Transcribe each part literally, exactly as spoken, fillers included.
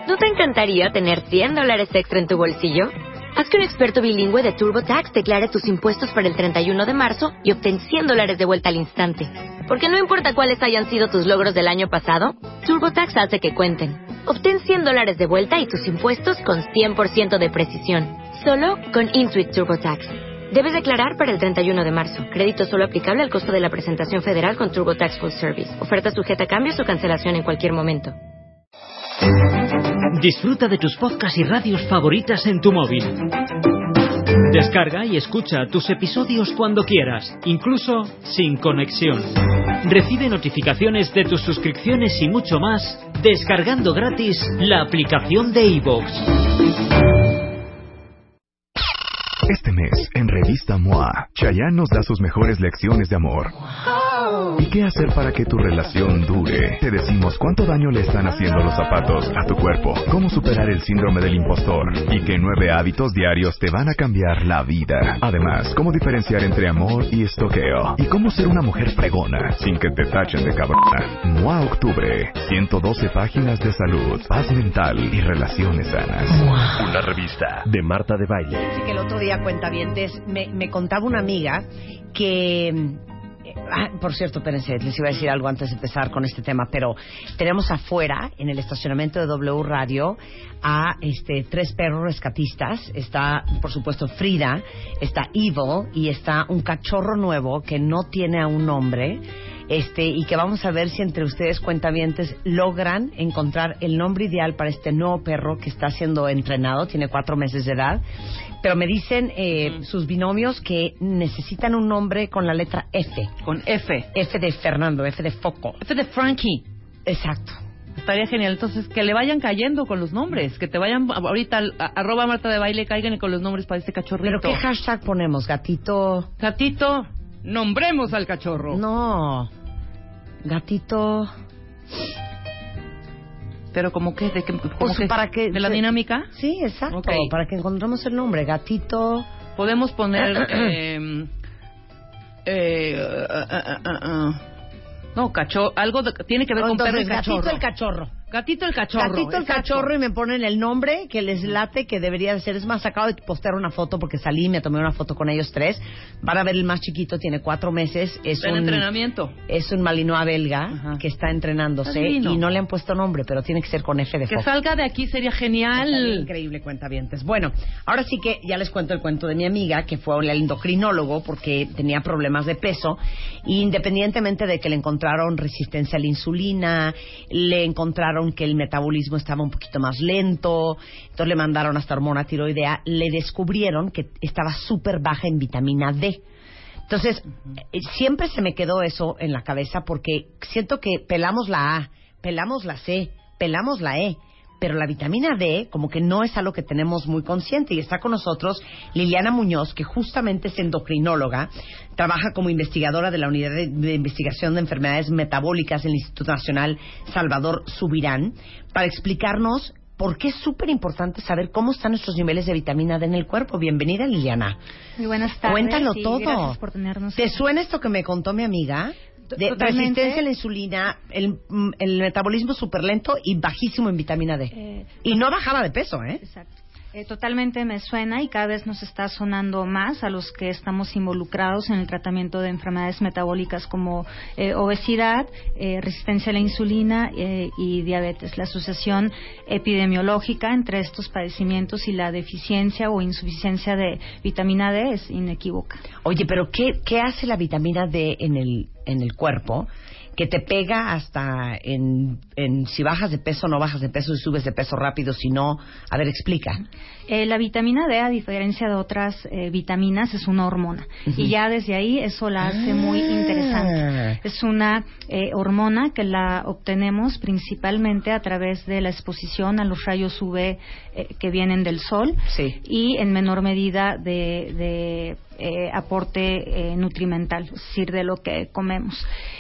¿No te encantaría tener cien dólares extra en tu bolsillo? Haz que un experto bilingüe de TurboTax declare tus impuestos para el treinta y uno de marzo y obtén cien dólares de vuelta al instante. Porque no importa cuáles hayan sido tus logros del año pasado, TurboTax hace que cuenten. Obtén cien dólares de vuelta y tus impuestos con cien por ciento de precisión. Solo con Intuit TurboTax. Debes declarar para el treinta y uno de marzo. Crédito solo aplicable al costo de la presentación federal con TurboTax Full Service. Oferta sujeta a cambios o cancelación en cualquier momento. Disfruta de tus podcasts y radios favoritas en tu móvil. Descarga y escucha tus episodios cuando quieras, incluso sin conexión. Recibe notificaciones de tus suscripciones y mucho más descargando gratis la aplicación de iVoox. Este mes, en Revista M O A, Chayanne nos da sus mejores lecciones de amor. ¿Y qué hacer para que tu relación dure? Te decimos cuánto daño le están haciendo los zapatos a tu cuerpo, cómo superar el síndrome del impostor y qué nueve hábitos diarios te van a cambiar la vida. Además, cómo diferenciar entre amor y estoqueo y cómo ser una mujer fregona sin que te tachen de cabrona. M O A Octubre, ciento doce páginas de salud, paz mental y relaciones sanas. Una revista de Marta de Baile. Así que el otro día, cuentavientes, me, me contaba una amiga que... Ah, por cierto, espérense, les iba a decir algo antes de empezar con este tema, pero tenemos afuera, en el estacionamiento de W Radio, a este tres perros rescatistas. Está, por supuesto, Frida, está Evil y está un cachorro nuevo que no tiene aún nombre, este, y que vamos a ver si entre ustedes, cuentavientes, logran encontrar el nombre ideal para este nuevo perro que está siendo entrenado, tiene cuatro meses de edad. Pero me dicen eh, mm. sus binomios que necesitan un nombre con la letra F. Con F. F de Fernando, F de foco. F de Frankie. Exacto. Estaría genial. Entonces, que le vayan cayendo con los nombres. Que te vayan ahorita, a, arroba Marta de Baile, caigan con los nombres para este cachorrito. ¿Pero qué hashtag ponemos? Gatito... Gatito, nombremos al cachorro. No. Gatito... Pero como que, de, que, como pues que para que de la se... dinámica. Sí, exacto. Okay. Para que encontremos el nombre. Gatito... Podemos poner... eh, eh, uh, uh, uh, uh. No, cachorro, algo de, tiene que ver con Entonces, perro y cachorro. Gatito el cachorro. Gatito el cachorro. Gatito el exacto. cachorro, y me ponen el nombre que les late, que debería de ser. Es más, acabo de postear una foto porque salí y me tomé una foto con ellos tres. Van a ver el más chiquito, tiene cuatro meses. Es está un en entrenamiento. Es un malinois belga. Ajá. Que está entrenándose Adivino. Y no le han puesto nombre, pero tiene que ser con F de que foco. Que salga de aquí sería genial. Increíble, cuentavientes. Bueno, ahora sí que ya les cuento el cuento de mi amiga, que fue al endocrinólogo porque tenía problemas de peso. Y independientemente de que le encontraron resistencia a la insulina, le encontraron que el metabolismo estaba un poquito más lento, entonces le mandaron hasta hormona tiroidea, le descubrieron que estaba súper baja en vitamina D. Entonces, uh-huh. siempre se me quedó eso en la cabeza porque siento que pelamos la A, pelamos la C, pelamos la E, pero la vitamina D como que no es algo que tenemos muy consciente. Y está con nosotros Liliana Muñoz, que justamente es endocrinóloga, trabaja como investigadora de la Unidad de, de Investigación de Enfermedades Metabólicas en el Instituto Nacional Salvador Subirán, para explicarnos por qué es súper importante saber cómo están nuestros niveles de vitamina D en el cuerpo. Bienvenida, Liliana. Muy buenas tardes. Cuéntalo y todo. Gracias por tenernos. ¿Te suena esto que me contó mi amiga? De Totalmente. Resistencia a la insulina, el, el metabolismo súper lento y bajísimo en vitamina D. Eh, y no bajaba de peso, ¿eh? Exacto. Eh, totalmente me suena y cada vez nos está sonando más a los que estamos involucrados en el tratamiento de enfermedades metabólicas como eh, obesidad, eh, resistencia a la insulina eh, y diabetes. La asociación epidemiológica entre estos padecimientos y la deficiencia o insuficiencia de vitamina D es inequívoca. Oye, pero ¿qué, qué hace la vitamina D en el, en el cuerpo? Que te pega hasta en, en si bajas de peso, no bajas de peso, si subes de peso rápido, si no. A ver, explica. Eh, la vitamina D, a diferencia de otras eh, vitaminas, es una hormona. Uh-huh. Y ya desde ahí eso la hace ah. muy interesante. Es una eh, hormona que la obtenemos principalmente a través de la exposición a los rayos U V eh, que vienen del sol. Sí. Y en menor medida de... de Eh, aporte eh, nutrimental, es decir, de lo que comemos.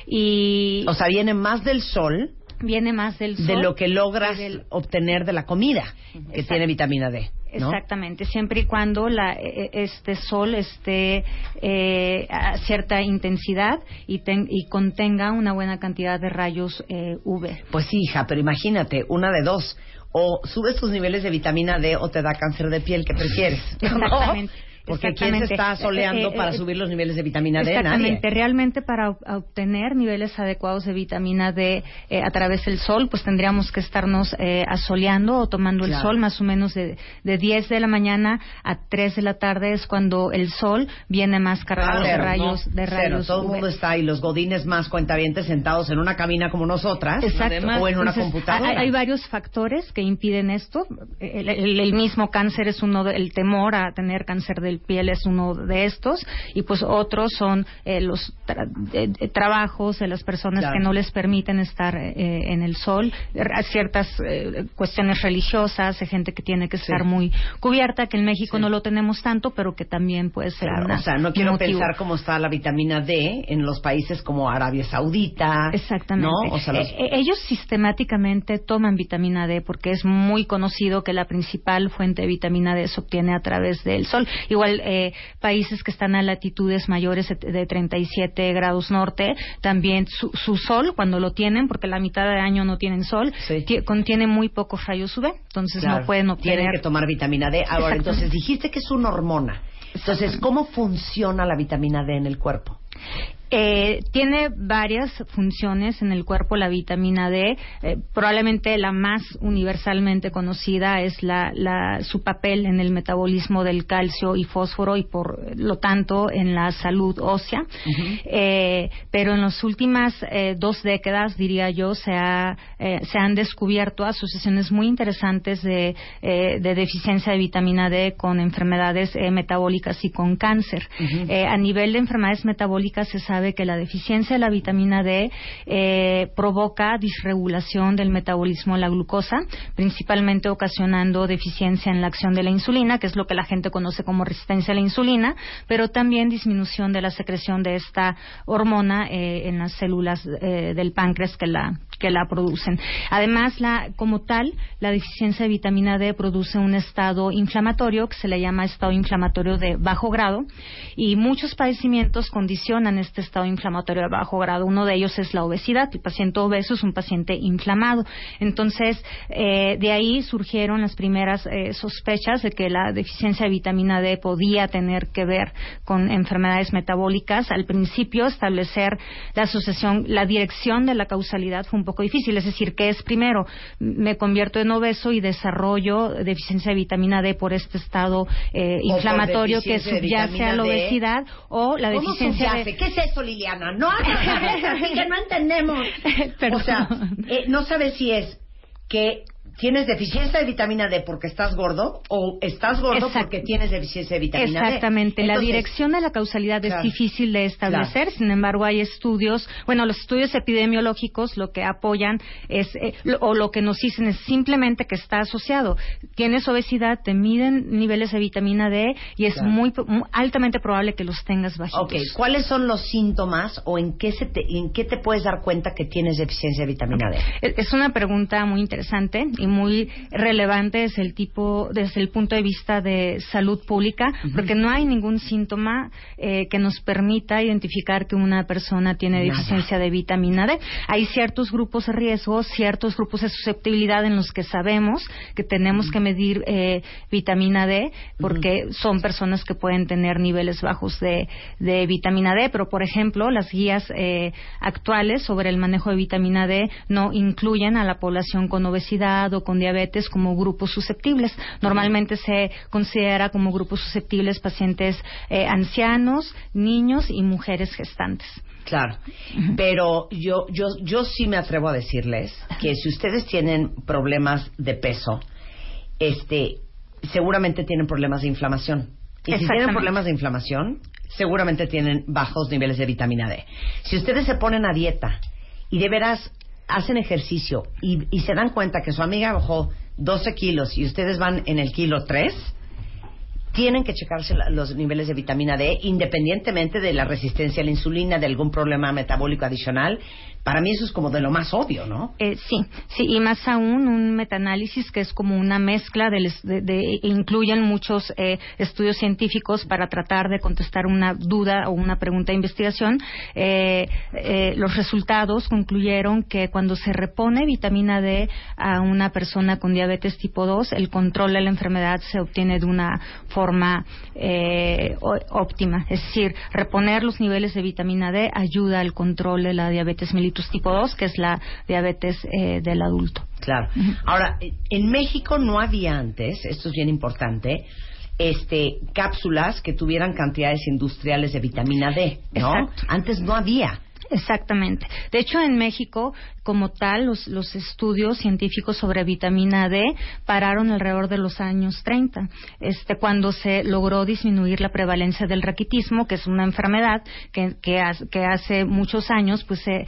Y o sea, viene más del sol, viene más del sol de lo que logras del... obtener de la comida, uh-huh. que Exacto. tiene vitamina D. ¿no? Exactamente, siempre y cuando la, este sol esté eh, a cierta intensidad y, ten, y contenga una buena cantidad de rayos eh, U V. Pues sí, hija, pero imagínate, una de dos. O subes tus niveles de vitamina D o te da cáncer de piel, ¿qué prefieres? Exactamente. ¿No? Porque ¿quién se está soleando eh, eh, para subir los niveles de vitamina D? Exactamente. Nadie. Realmente para obtener niveles adecuados de vitamina D eh, a través del sol, pues tendríamos que estarnos eh, asoleando o tomando claro. el sol más o menos de, de diez de la mañana a tres de la tarde es cuando el sol viene más cargado ah, de cero, rayos no, de rayos cero. Todo el U V. mundo está ahí, los godines más cuentavientes sentados en una cabina como nosotras. Exacto. Además, o en una Entonces, computadora. Hay, hay varios factores que impiden esto. El, el, el mismo cáncer es uno, de, el temor a tener cáncer de piel es uno de estos, y pues otros son eh, los tra eh, trabajos de las personas claro. que no les permiten estar eh, en el sol, ciertas eh, cuestiones religiosas, de gente que tiene que estar sí. muy cubierta, que en México sí. no lo tenemos tanto, pero que también puede ser claro, una, o sea, no quiero motivo. pensar cómo está la vitamina D en los países como Arabia Saudita. Exactamente. ¿no? O sea, los... eh, ellos sistemáticamente toman vitamina D porque es muy conocido que la principal fuente de vitamina D se obtiene a través del sol. Igual eh, países que están a latitudes mayores de treinta y siete grados norte, también su, su sol, cuando lo tienen, porque la mitad del año no tienen sol, sí. contiene muy pocos rayos U V, entonces claro. no pueden obtener... Tienen que tomar vitamina D. Ahora, entonces dijiste que es una hormona. Entonces, ¿cómo funciona la vitamina D en el cuerpo? Eh, tiene varias funciones en el cuerpo la vitamina D. Eh, probablemente la más universalmente conocida es la, la, su papel en el metabolismo del calcio y fósforo y por lo tanto en la salud ósea. Uh-huh. eh, pero en las últimas eh, dos décadas, diría yo, se, ha, eh, se han descubierto asociaciones muy interesantes de, eh, de deficiencia de vitamina D con enfermedades eh, metabólicas y con cáncer. Uh-huh. eh, a nivel de enfermedades metabólicas se sabe que la deficiencia de la vitamina D eh, provoca disregulación del metabolismo de la glucosa, principalmente ocasionando deficiencia en la acción de la insulina, que es lo que la gente conoce como resistencia a la insulina, pero también disminución de la secreción de esta hormona eh, en las células eh, del páncreas que la que la producen. Además, la, como tal, la deficiencia de vitamina D produce un estado inflamatorio que se le llama estado inflamatorio de bajo grado y muchos padecimientos condicionan este estado inflamatorio de bajo grado. Uno de ellos es la obesidad. El paciente obeso es un paciente inflamado. Entonces, eh, de ahí surgieron las primeras eh, sospechas de que la deficiencia de vitamina D podía tener que ver con enfermedades metabólicas. Al principio, establecer la asociación, la dirección de la causalidad fue un poco difícil. Es decir, ¿qué es primero? Me convierto en obeso y desarrollo deficiencia de vitamina D por este estado eh, inflamatorio que subyace a la obesidad o la deficiencia de... ¿Qué es eso, Liliana? No, así que no entendemos. Perdón. O sea, eh, no sabes si es que tienes deficiencia de vitamina D porque estás gordo o estás gordo Exacto. porque tienes deficiencia de vitamina D. Exactamente. Entonces, la dirección de la causalidad claro, es difícil de establecer. Claro. Sin embargo, hay estudios, bueno, los estudios epidemiológicos lo que apoyan es, eh, lo, o lo que nos dicen es simplemente que está asociado. Tienes obesidad, te miden niveles de vitamina D y es claro. muy, muy altamente probable que los tengas bajitos. Ok, ¿cuáles son los síntomas o en qué, se te, en qué te puedes dar cuenta que tienes deficiencia de vitamina D? Es una pregunta muy interesante y muy relevante desde el tipo, desde el punto de vista de salud pública, uh-huh. porque no hay ningún síntoma eh, que nos permita identificar que una persona tiene Nada. deficiencia de vitamina D. Hay ciertos grupos de riesgo, ciertos grupos de susceptibilidad en los que sabemos que tenemos uh-huh. que medir eh, vitamina D, porque uh-huh. son personas que pueden tener niveles bajos de, de vitamina D, pero por ejemplo, las guías eh, actuales sobre el manejo de vitamina D no incluyen a la población con obesidad o con diabetes como grupos susceptibles. Normalmente se considera como grupos susceptibles pacientes eh, ancianos, niños y mujeres gestantes. Claro, pero yo, yo, yo sí me atrevo a decirles que si ustedes tienen problemas de peso, este, seguramente tienen problemas de inflamación. Y si tienen problemas de inflamación, seguramente tienen bajos niveles de vitamina D. Si ustedes se ponen a dieta y de veras hacen ejercicio y, y se dan cuenta que su amiga bajó doce kilos y ustedes van en el kilo tres, tienen que checarse la, los niveles de vitamina D, independientemente de la resistencia a la insulina, de algún problema metabólico adicional. Para mí eso es como de lo más obvio, ¿no? Eh, sí, sí, y más aún un metaanálisis que es como una mezcla de, de, de incluyen muchos eh, estudios científicos para tratar de contestar una duda o una pregunta de investigación. Eh, eh, los resultados concluyeron que cuando se repone vitamina D a una persona con diabetes tipo dos, el control de la enfermedad se obtiene de una forma eh, óptima. Es decir, reponer los niveles de vitamina D ayuda al control de la diabetes mellitus tipo dos, que es la diabetes eh, del adulto. Claro. Uh-huh. Ahora, en México no había antes, esto es bien importante, este cápsulas que tuvieran cantidades industriales de vitamina D, ¿no? Exacto. Antes no había. Exactamente. De hecho, en México, como tal, los, los estudios científicos sobre vitamina D pararon alrededor de los años treinta, este, cuando se logró disminuir la prevalencia del raquitismo, que es una enfermedad que, que, hace, que hace muchos años pues se eh,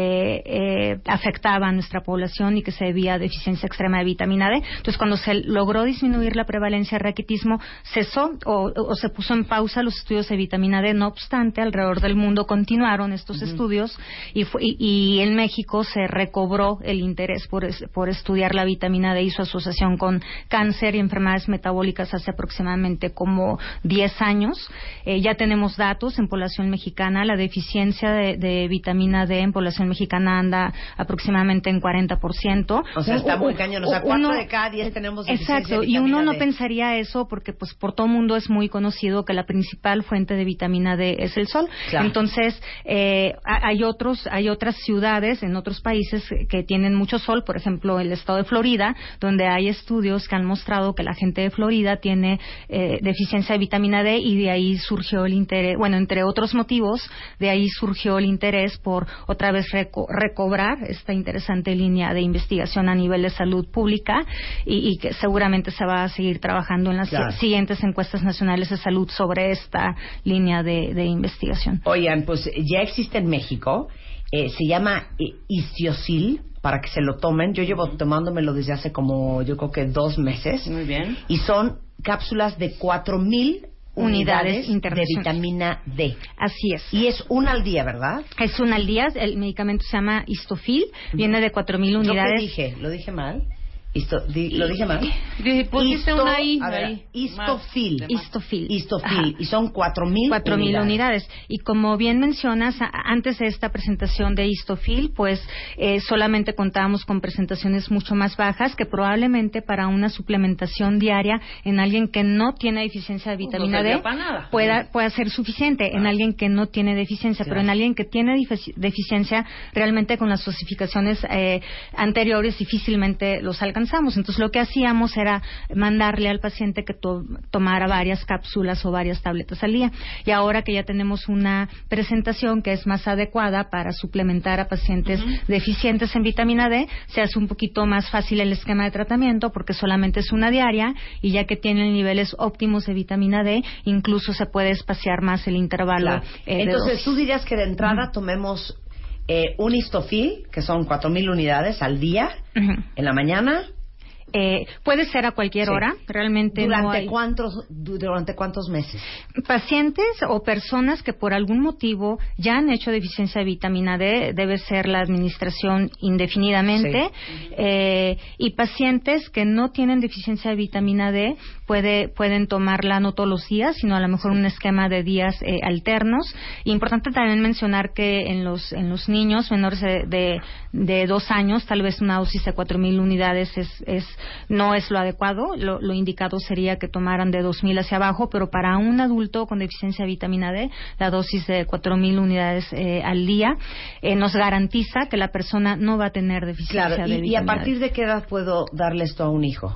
eh, afectaba a nuestra población y que se debía a deficiencia extrema de vitamina D. Entonces, cuando se logró disminuir la prevalencia del raquitismo, cesó o, o se puso en pausa los estudios de vitamina D. No obstante, alrededor del mundo continuaron estos uh-huh. estudios y, fue, y, y en México se recobró el interés por, por estudiar la vitamina D y su asociación con cáncer y enfermedades metabólicas hace aproximadamente como diez años. Eh, ya tenemos datos en población mexicana. La deficiencia de, de vitamina D en población mexicana anda aproximadamente en cuarenta por ciento. O sea, está muy cañón. O sea, cuatro de cada diez tenemos deficiencia exacto, de vitamina y uno no D. pensaría eso porque pues por todo mundo es muy conocido que la principal fuente de vitamina D es el sol. Claro. Entonces, eh, hay otros, hay otras ciudades en otros países que tienen mucho sol, por ejemplo el estado de Florida, donde hay estudios que han mostrado que la gente de Florida tiene eh, deficiencia de vitamina D y de ahí surgió el interés, bueno, entre otros motivos, de ahí surgió el interés por otra vez reco- recobrar esta interesante línea de investigación a nivel de salud pública y, y que seguramente se va a seguir trabajando en las claro. siguientes encuestas nacionales de salud sobre esta línea de, de investigación. Oigan, pues ya existe en México, eh, se llama eh, Istiosil, para que se lo tomen. Yo llevo tomándomelo desde hace como, yo creo que dos meses. Muy bien. Y son cápsulas de cuatro mil unidades, unidades de vitamina D. Así es. Y es una al día, ¿verdad? Es una al día. El medicamento se llama Istofil. Viene de cuatro mil unidades. ¿Yo qué dije? ¿Lo dije mal? Isto, di, ¿Lo dije mal? Pusiste una I. A ver, Istofil. Istofil. Istofil. Y son cuatro mil Cuatro mil unidades. Y como bien mencionas, a, antes de esta presentación de Istofil, pues eh, solamente contábamos con presentaciones mucho más bajas que probablemente para una suplementación diaria en alguien que no tiene deficiencia de vitamina no D nada. pueda, pueda ser suficiente ah. en alguien que no tiene deficiencia. Claro. Pero en alguien que tiene defici- deficiencia, realmente con las dosificaciones eh, anteriores difícilmente los alcanzamos. Entonces lo que hacíamos era mandarle al paciente que to- tomara varias cápsulas o varias tabletas al día. Y ahora que ya tenemos una presentación que es más adecuada para suplementar a pacientes uh-huh. deficientes en vitamina D, se hace un poquito más fácil el esquema de tratamiento porque solamente es una diaria y ya que tienen niveles óptimos de vitamina D, incluso se puede espaciar más el intervalo. Claro. Eh, Entonces de tú dirías que de entrada uh-huh. tomemos Eh, un Istofil, que son cuatro mil unidades al día, uh-huh. en la mañana. Eh, puede ser a cualquier sí. hora, realmente ¿Durante no hay... cuántos durante cuántos meses? Pacientes o personas que por algún motivo ya han hecho deficiencia de vitamina D, debe ser la administración indefinidamente, sí. eh, y pacientes que no tienen deficiencia de vitamina D puede, pueden tomarla no todos los días, sino a lo mejor un esquema de días eh, alternos. Importante también mencionar que en los en los niños menores de, de, de dos años, tal vez una dosis de cuatro mil unidades es, es no es lo adecuado, lo, lo indicado sería que tomaran de dos mil hacia abajo, pero para un adulto con deficiencia de vitamina D, la dosis de cuatro mil unidades eh, al día eh, nos garantiza que la persona no va a tener deficiencia claro, y, de vitamina D. ¿Y a partir de qué edad puedo darle esto a un hijo?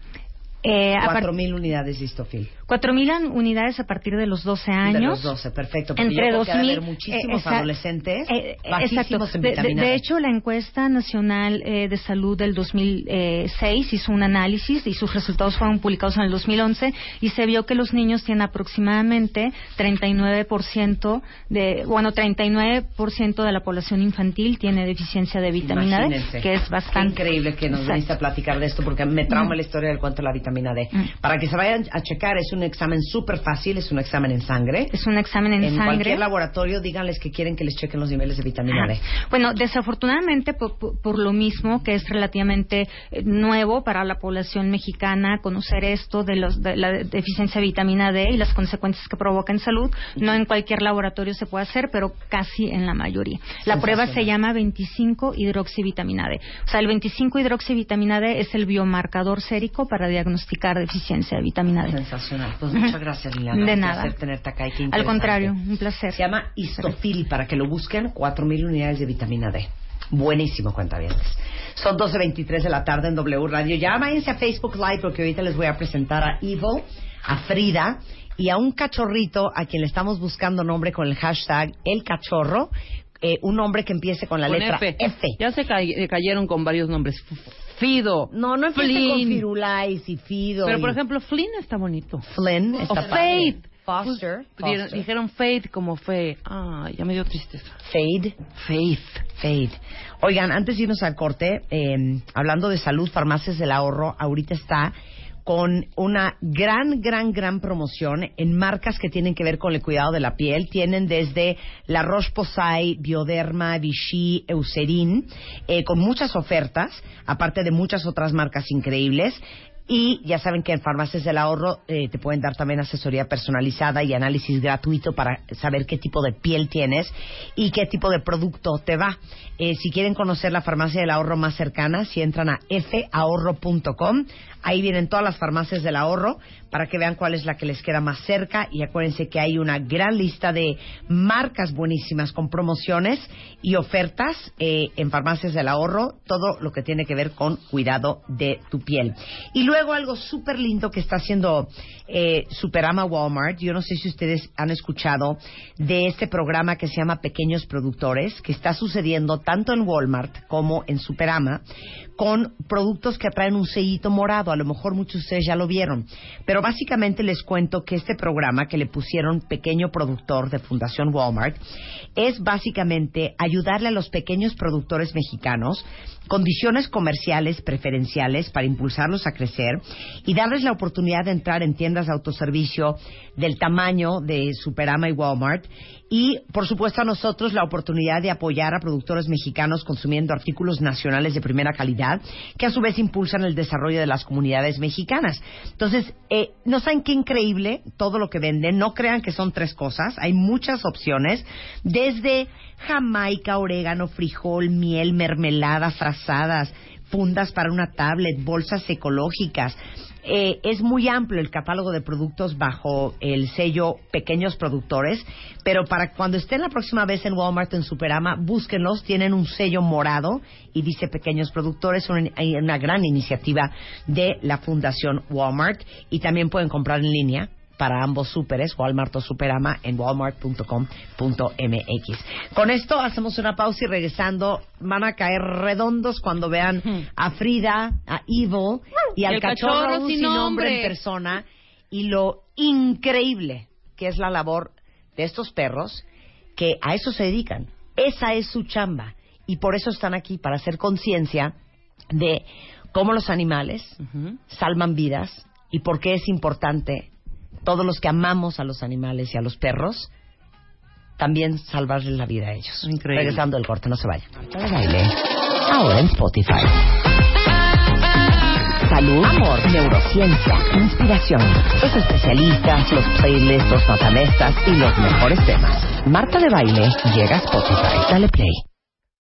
Eh, cuatro mil unidades de Istofil. cuatro mil unidades a partir de los doce años. De los doce, perfecto. Porque entre yo dos mil, haber muchísimos eh, adolescentes eh, bajísimos exacto. en de, vitamina de, D. de hecho, la encuesta nacional eh, de salud del dos mil seis hizo un análisis y sus resultados fueron publicados en el dos mil once y se vio que los niños tienen aproximadamente treinta y nueve por ciento de, bueno, treinta y nueve por ciento de la población infantil tiene deficiencia de vitamina Imagínense. D, que es bastante Qué increíble que nos veniste a platicar de esto porque me trauma mm. la historia del cuento de la vitamina vitamina D. Mm. Para que se vayan a checar, es un examen súper fácil, es un examen en sangre. Es un examen en, en sangre. En cualquier laboratorio, díganles que quieren que les chequen los niveles de vitamina D. Bueno, desafortunadamente, por, por, por lo mismo, que es relativamente eh, nuevo para la población mexicana conocer esto de, los, de la deficiencia de vitamina D y las consecuencias que provoca en salud, no en cualquier laboratorio se puede hacer, pero casi en la mayoría. La prueba se llama veinticinco hidroxivitamina D. O sea, el veinticinco hidroxivitamina D es el biomarcador sérico para diagnosticar deficiencia de vitamina D. Sensacional. Pues muchas gracias, Liliana. De un nada. placer tenerte acá. Y qué Al contrario, interesante. un placer. Se llama Histofil, para que lo busquen, cuatro mil unidades de vitamina D. Buenísimo, cuentavientes. Son doce veintitrés de la tarde en W Radio. Ya váyanse a Facebook Live porque ahorita les voy a presentar a Evil, a Frida y a un cachorrito a quien le estamos buscando nombre con el hashtag El Cachorro. Eh, un nombre que empiece con la Con letra F. F. Ya se ca cayeron con varios nombres. Fido. No, no empiece Flynn. con Firulais y Fido. Pero, y por ejemplo, Flynn está bonito. Flynn está O padre. Faith. Foster. Dijeron, Foster. dijeron Faith como fe. Ah, ya me dio tristeza. Fade. Faith. Fade. Oigan, antes de irnos al corte, eh, hablando de salud, Farmacias del Ahorro ahorita está con una gran, gran, gran promoción en marcas que tienen que ver con el cuidado de la piel. Tienen desde La Roche-Posay, Bioderma, Vichy, Eucerin, eh, con muchas ofertas, aparte de muchas otras marcas increíbles. Y ya saben que en Farmacias del Ahorro eh, te pueden dar también asesoría personalizada y análisis gratuito para saber qué tipo de piel tienes y qué tipo de producto te va. Eh, si quieren conocer la Farmacia del Ahorro más cercana, si entran a f ahorro punto com, ahí vienen todas las farmacias del ahorro para que vean cuál es la que les queda más cerca. Y acuérdense que hay una gran lista de marcas buenísimas con promociones y ofertas eh, en Farmacias del Ahorro, todo lo que tiene que ver con cuidado de tu piel. Y luego algo súper lindo que está haciendo eh, Superama Walmart. Yo no sé si ustedes han escuchado de este programa que se llama Pequeños Productores, que está sucediendo tanto en Walmart como en Superama, con productos que traen un sellito morado. A lo mejor muchos de ustedes ya lo vieron, pero básicamente les cuento que este programa que le pusieron Pequeño Productor de Fundación Walmart es básicamente ayudarle a los pequeños productores mexicanos condiciones comerciales preferenciales para impulsarlos a crecer y darles la oportunidad de entrar en tiendas de autoservicio del tamaño de Superama y Walmart. Y, por supuesto, a nosotros la oportunidad de apoyar a productores mexicanos consumiendo artículos nacionales de primera calidad, que a su vez impulsan el desarrollo de las comunidades mexicanas. Entonces, eh, ¿no saben qué increíble todo lo que venden? No crean que son tres cosas. Hay muchas opciones, desde jamaica, orégano, frijol, miel, mermelada, frazadas, fundas para una tablet, bolsas ecológicas. Eh, es muy amplio el catálogo de productos bajo el sello Pequeños Productores, pero para cuando estén la próxima vez en Walmart o en Superama, búsquenlos, tienen un sello morado y dice Pequeños Productores, una, una gran iniciativa de la Fundación Walmart, y también pueden comprar en línea para ambos súperes, Walmart o Superama, en walmart punto com punto m x. Con esto hacemos una pausa y regresando van a caer redondos cuando vean a Frida, a Evil y al el cachorro, cachorro sin sin nombre nombre en persona, y lo increíble que es la labor de estos perros, que a eso se dedican. Esa es su chamba y por eso están aquí, para hacer conciencia de cómo los animales uh-huh. salvan vidas y por qué es importante, todos los que amamos a los animales y a los perros, también salvarles la vida a ellos. Increíble. Regresando del corte, no se vayan. Baile. Ahora en Spotify. Salud, amor, neurociencia, inspiración, los especialistas, los playlists, los matamestas y los mejores temas. Marta de Baile llega a Spotify. Dale play.